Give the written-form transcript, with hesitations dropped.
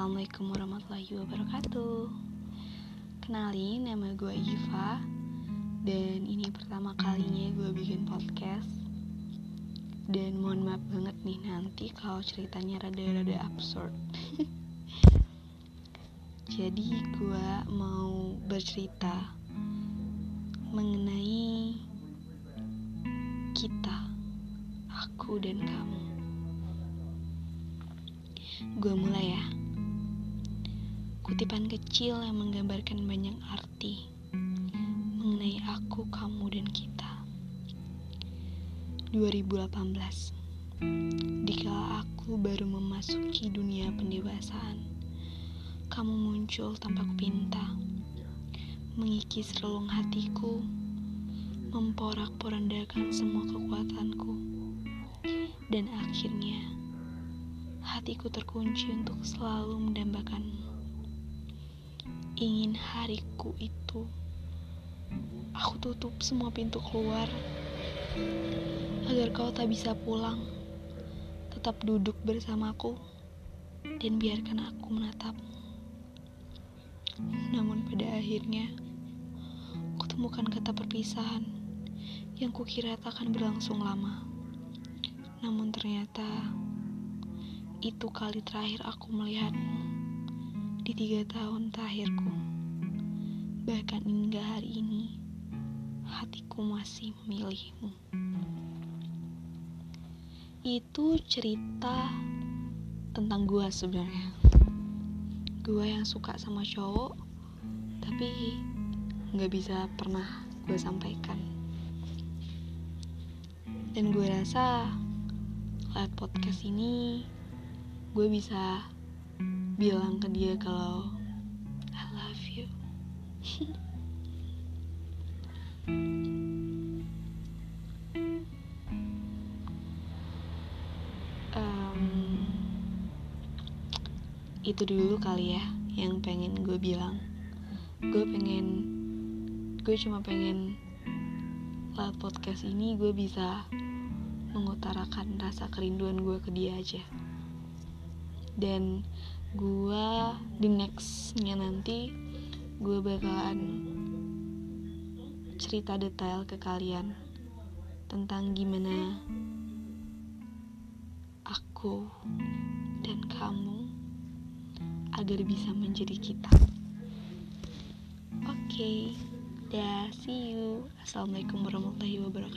Assalamualaikum warahmatullahi wabarakatuh. Kenalin, nama gue Iva. Dan ini pertama kalinya gue bikin podcast. Dan mohon maaf banget nih nanti kalau ceritanya rada-rada absurd. Jadi gue mau bercerita mengenai kita, aku dan kamu. Gue mulai ya. Kutipan kecil yang menggambarkan banyak arti mengenai aku, kamu, dan kita. 2018. Dikala aku baru memasuki dunia pendewasaan, kamu muncul tanpa kupinta, mengikis relung hatiku, memporak-porandakan semua kekuatanku, dan akhirnya hatiku terkunci untuk selalu mendambakanmu. Ingin hariku itu aku tutup semua pintu keluar, agar kau tak bisa pulang, tetap duduk bersamaku, dan biarkan aku menatapmu. Namun pada akhirnya kutemukan kata perpisahan yang kukira takkan berlangsung lama. Namun ternyata itu kali terakhir aku melihatmu di 3 tahun terakhirku. Bahkan hingga hari ini hatiku masih memilihmu. Itu cerita tentang gue sebenarnya. Gue yang suka sama cowok, tapi gak bisa pernah gue sampaikan. Dan gue rasa lewat podcast ini gue bisa bilang ke dia kalau I love you. Itu dulu kali ya yang pengen gue bilang. Gue cuma pengen lewat podcast ini gue bisa mengutarakan rasa kerinduan gue ke dia aja. Dan gue di nextnya nanti gue bakalan cerita detail ke kalian tentang gimana aku dan kamu agar bisa menjadi kita. Oke, dah, see you. Assalamualaikum warahmatullahi wabarakatuh.